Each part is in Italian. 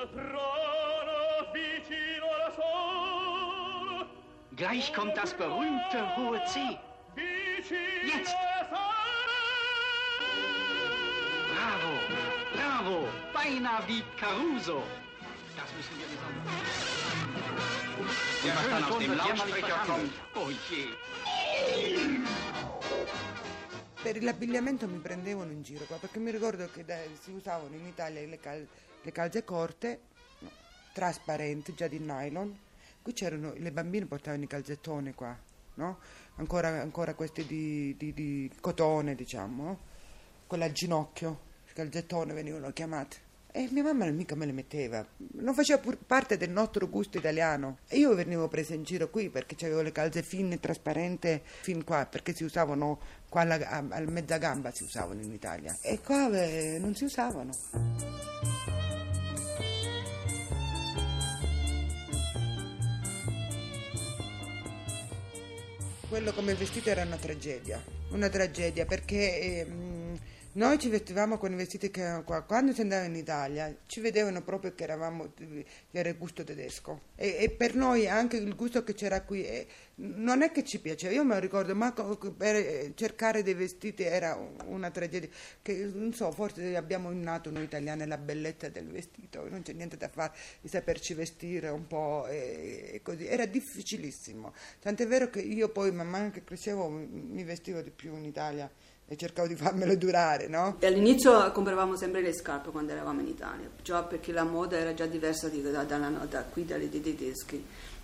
Gleich kommt das berühmte hohe C. Jetzt! Bravo, bravo, beinahe wie Caruso. Das müssen wir besonders. Und was dann aus dem Lautsprecher kommt, oh je. Per l'abbigliamento mi prendevano in giro qua, perché mi ricordo che si usavano in Italia le calze corte, no, trasparenti, già di nylon. Qui c'erano, le bambine portavano i calzettoni qua, no? Ancora questi di cotone, diciamo, quella a ginocchio, i calzettoni venivano chiamati. E mia mamma mica me le metteva, non faceva parte del nostro gusto italiano. E io venivo presa in giro qui perché avevo le calze fine, trasparente, fin qua, perché si usavano qua a mezza gamba, si usavano in Italia. E qua non si usavano. Quello come vestito era una tragedia perché noi ci vestivamo con i vestiti che qua, quando si andava in Italia ci vedevano proprio che era il gusto tedesco e per noi anche il gusto che c'era qui non è che ci piaceva, io me lo ricordo, ma per cercare dei vestiti era una tragedia, che non so, forse abbiamo innato noi italiani la bellezza del vestito, non c'è niente da fare, di saperci vestire un po' e così, era difficilissimo, tant'è vero che io poi man mano che crescevo mi vestivo di più in Italia e cercavo di farmelo durare, no? E all'inizio compravamo sempre le scarpe quando eravamo in Italia, già perché la moda era già diversa da qui, dai tedeschi.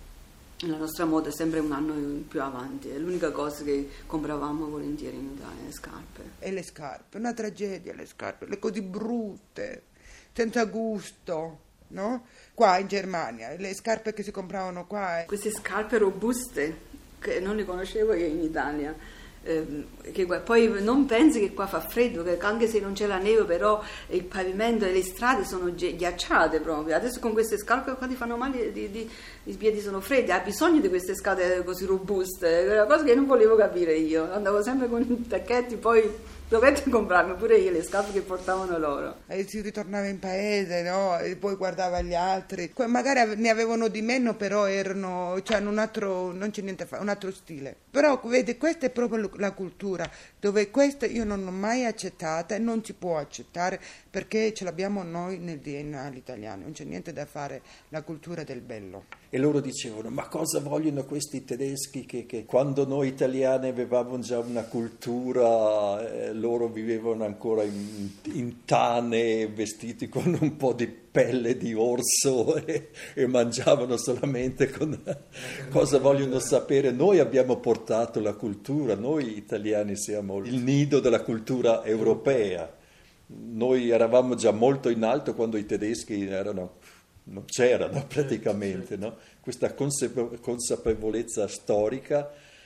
La nostra moda è sempre un anno più avanti, è l'unica cosa che compravamo volentieri in Italia, le scarpe. E le scarpe, una tragedia le scarpe, le cose brutte, senza gusto, no? Qua in Germania, le scarpe che si compravano qua. Queste scarpe robuste, che non le conoscevo io in Italia. Che poi non pensi che qua fa freddo, che anche se non c'è la neve, però il pavimento e le strade sono ghiacciate proprio. Adesso con queste scarpe qua ti fanno male, i piedi sono freddi, ha bisogno di queste scale così robuste, è una cosa che non volevo capire io, andavo sempre con i tacchetti, poi dovete comprarmi pure io le scarpe che portavano loro. E si ritornava in paese, no? E poi guardava gli altri. Magari ne avevano di meno, però c'hanno un altro, non c'è niente a fare, un altro stile. Però vedi, questa è proprio la cultura, dove questa io non l'ho mai accettata e non si può accettare perché ce l'abbiamo noi nel DNA l'italiano, non c'è niente da fare, la cultura del bello. E loro dicevano, ma cosa vogliono questi tedeschi che quando noi italiani avevamo già una cultura, loro vivevano ancora in tane, vestiti con un po' di pelle di orso e mangiavano solamente con... Cosa vogliono sapere? Noi abbiamo portato la cultura, noi italiani siamo il nido della cultura europea. Noi eravamo già molto in alto quando i tedeschi non c'erano praticamente, no? Questa consapevolezza storica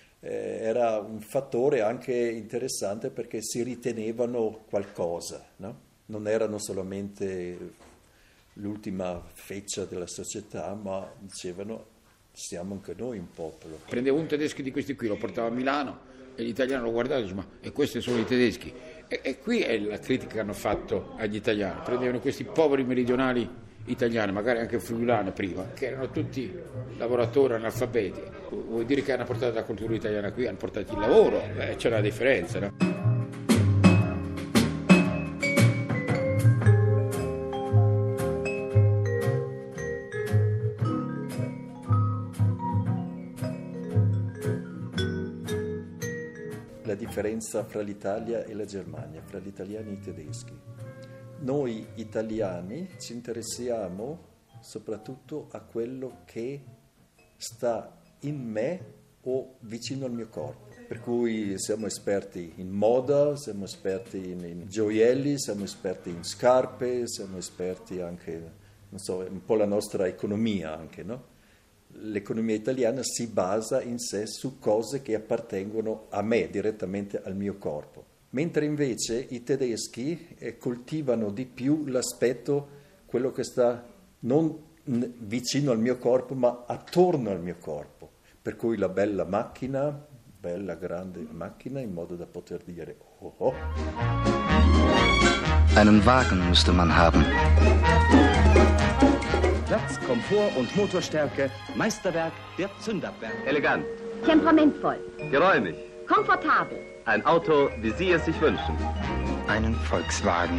era un fattore anche interessante perché si ritenevano qualcosa, no? Non erano solamente l'ultima feccia della società, ma dicevano siamo anche noi un popolo. Prendevo un tedesco di questi qui, lo portavo a Milano e l'italiano lo guardava e diceva ma e questi sono i tedeschi? E qui è la critica che hanno fatto agli italiani, prendevano questi poveri meridionali italiani, magari anche friulani prima, che erano tutti lavoratori analfabeti. Vuol dire che hanno portato la cultura italiana qui, hanno portato il lavoro, c'è una differenza, no? La differenza fra l'Italia e la Germania, fra gli italiani e i tedeschi. Noi italiani ci interessiamo soprattutto a quello che sta in me o vicino al mio corpo. Per cui siamo esperti in moda, siamo esperti in gioielli, siamo esperti in scarpe, siamo esperti anche, non so, un po' la nostra economia anche, no? L'economia italiana si basa in sé su cose che appartengono a me, direttamente al mio corpo. Mentre invece i tedeschi coltivano di più l'aspetto, quello che sta non vicino al mio corpo, ma attorno al mio corpo. Per cui la bella macchina, bella grande macchina, in modo da poter dire oh oh. Einen Wagen müsste man haben. Komfort und Motorstärke, Meisterwerk der Zündappwerke. Elegant. Temperamentvoll. Geräumig. Komfortabel. Ein Auto, wie Sie es sich wünschen. Einen Volkswagen.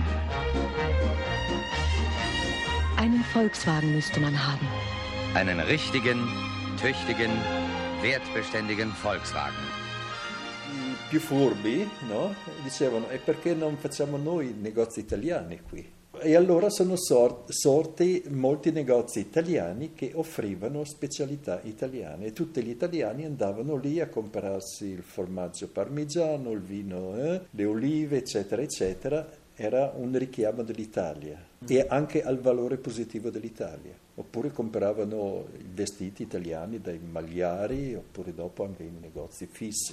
Einen Volkswagen müsste man haben. Einen richtigen, tüchtigen, wertbeständigen Volkswagen. I più furbi, no? Dicevano, e perché non facciamo noi negozi italiani qui? E allora sono sorti molti negozi italiani che offrivano specialità italiane e tutti gli italiani andavano lì a comprarsi il formaggio parmigiano, il vino, le olive, eccetera, eccetera. Era un richiamo dell'Italia e anche al valore positivo dell'Italia. Oppure compravano i vestiti italiani dai magliari, oppure dopo anche in negozi fissi.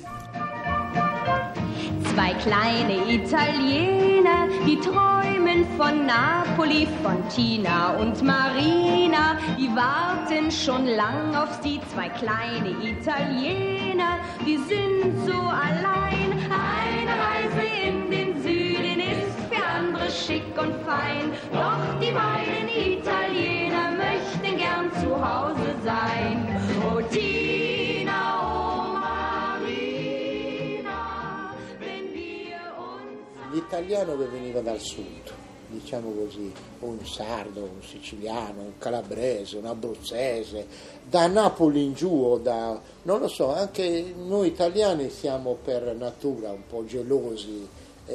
Zwei kleine Italiener, die träumen von Napoli, von Tina und Marina. Die warten schon lang auf die zwei kleine Italiener, die sind so allein. Eine Reise in den Süden ist für andere schick und fein. Doch die beiden Italiener möchten gern zu Hause sein. Oh Tina, oh Marina, wenn wir uns... L'italiano che veniva dal sud, diciamo così, un sardo, un siciliano, un calabrese, un abruzzese, da Napoli in giù o da... non lo so, anche noi italiani siamo per natura un po' gelosi,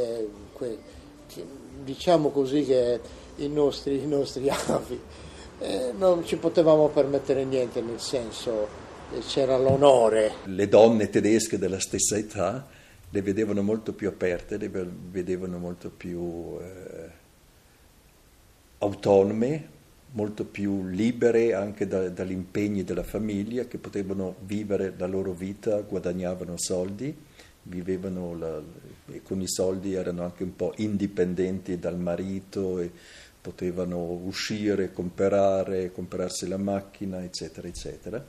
diciamo così che i nostri avi non ci potevamo permettere niente, nel senso c'era l'onore. Le donne tedesche della stessa età le vedevano molto più aperte, le vedevano molto più autonome, molto più libere anche dagli impegni della famiglia, che potevano vivere la loro vita, guadagnavano soldi, vivevano e con i soldi erano anche un po' indipendenti dal marito e potevano uscire, comprarsi la macchina, eccetera, eccetera.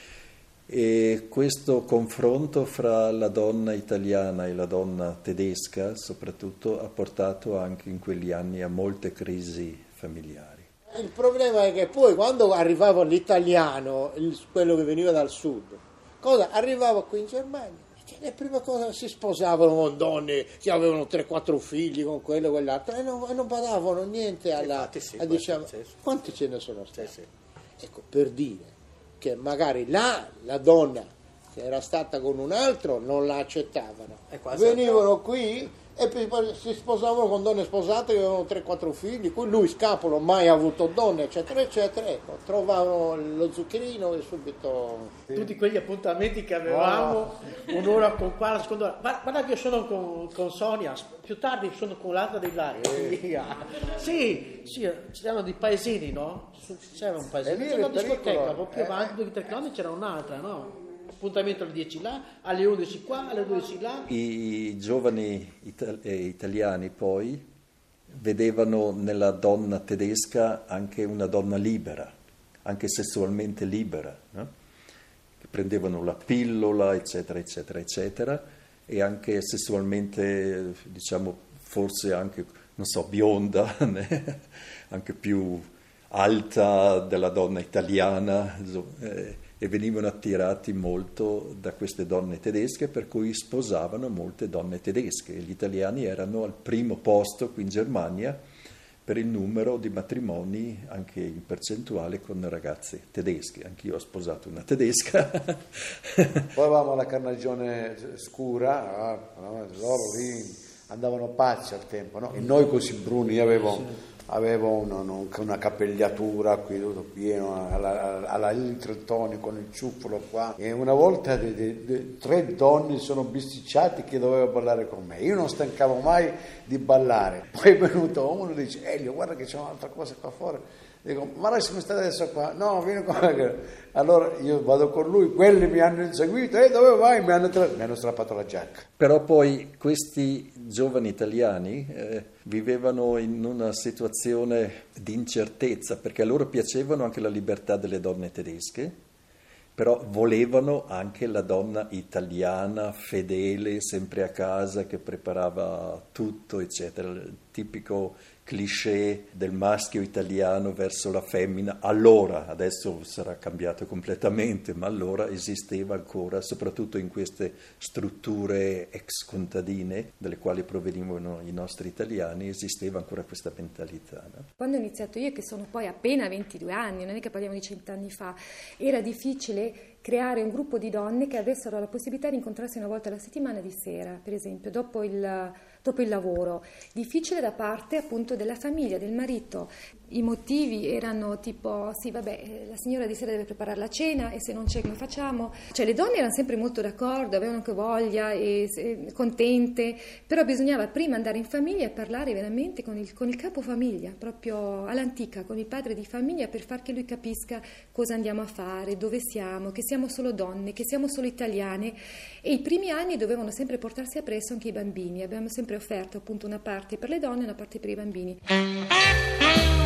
E questo confronto fra la donna italiana e la donna tedesca, soprattutto, ha portato anche in quegli anni a molte crisi familiari. Il problema è che poi quando arrivava l'italiano, quello che veniva dal sud, arrivava qui in Germania? Le prime cose si sposavano con donne che avevano 3-4 figli con quello e quell'altro e non badavano niente diciamo, quanti ce ne sono stati? Sì. Ecco, per dire che magari la donna che era stata con un altro non la accettavano, venivano qui e poi si sposavano con donne sposate che avevano 3-4 figli, lui scapolo, mai ha avuto donne, eccetera, eccetera, ecco, trovavano lo zuccherino e subito... Tutti quegli appuntamenti che avevamo, un'ora con qua, la seconda ora, guarda che io sono con Sonia, più tardi sono con l'altra di là, sì, c'erano dei paesini, no? C'era un paesino, c'era una discoteca, un po' più avanti, 2-3 km c'era un'altra, no? Appuntamento alle 10 là, alle 11 qua, alle 12 là. I giovani italiani poi vedevano nella donna tedesca anche una donna libera, anche sessualmente libera, no? Che prendevano la pillola, eccetera, eccetera, eccetera, e anche sessualmente, diciamo, forse anche, non so, bionda, anche più alta della donna italiana, e venivano attirati molto da queste donne tedesche, per cui sposavano molte donne tedesche. Gli italiani erano al primo posto qui in Germania per il numero di matrimoni, anche in percentuale, con ragazze tedesche. Anch'io ho sposato una tedesca. Poi avevamo la carnagione scura, loro lì andavano pazzi al tempo, no? E noi così bruni, avevo una capegliatura qui tutto pieno alla Littletoni con il ciuffolo qua, e una volta 3 donne sono bisticciate che dovevano ballare con me, io non stancavo mai di ballare. Poi è venuto uno e dice: Elio, guarda che c'è un'altra cosa qua fuori. Dico: ma lasciami stare adesso qua. No, vieni qua. Allora io vado con lui, quelli mi hanno inseguito, e dove vai? Mi hanno strappato la giacca. Però poi questi giovani italiani vivevano in una situazione di incertezza, perché a loro piacevano anche la libertà delle donne tedesche, però volevano anche la donna italiana, fedele, sempre a casa, che preparava tutto, eccetera, il tipico cliché del maschio italiano verso la femmina. Allora, adesso sarà cambiato completamente, ma allora esisteva ancora, soprattutto in queste strutture ex contadine, dalle quali provenivano i nostri italiani, esisteva ancora questa mentalità. No? Quando ho iniziato io, che sono poi appena 22 anni, non è che parliamo di 100 anni fa, era difficile creare un gruppo di donne che avessero la possibilità di incontrarsi una volta alla settimana di sera, per esempio, dopo il lavoro. Difficile da parte appunto della famiglia, del marito. I motivi erano tipo, sì vabbè, la signora di sera deve preparare la cena e se non c'è come facciamo? Cioè le donne erano sempre molto d'accordo, avevano anche voglia e contente, però bisognava prima andare in famiglia e parlare veramente con il capofamiglia, proprio all'antica, con il padre di famiglia, per far che lui capisca cosa andiamo a fare, dove siamo, che siamo solo donne, che siamo solo italiane, e i primi anni dovevano sempre portarsi appresso anche i bambini. Abbiamo sempre offerto appunto una parte per le donne e una parte per i bambini.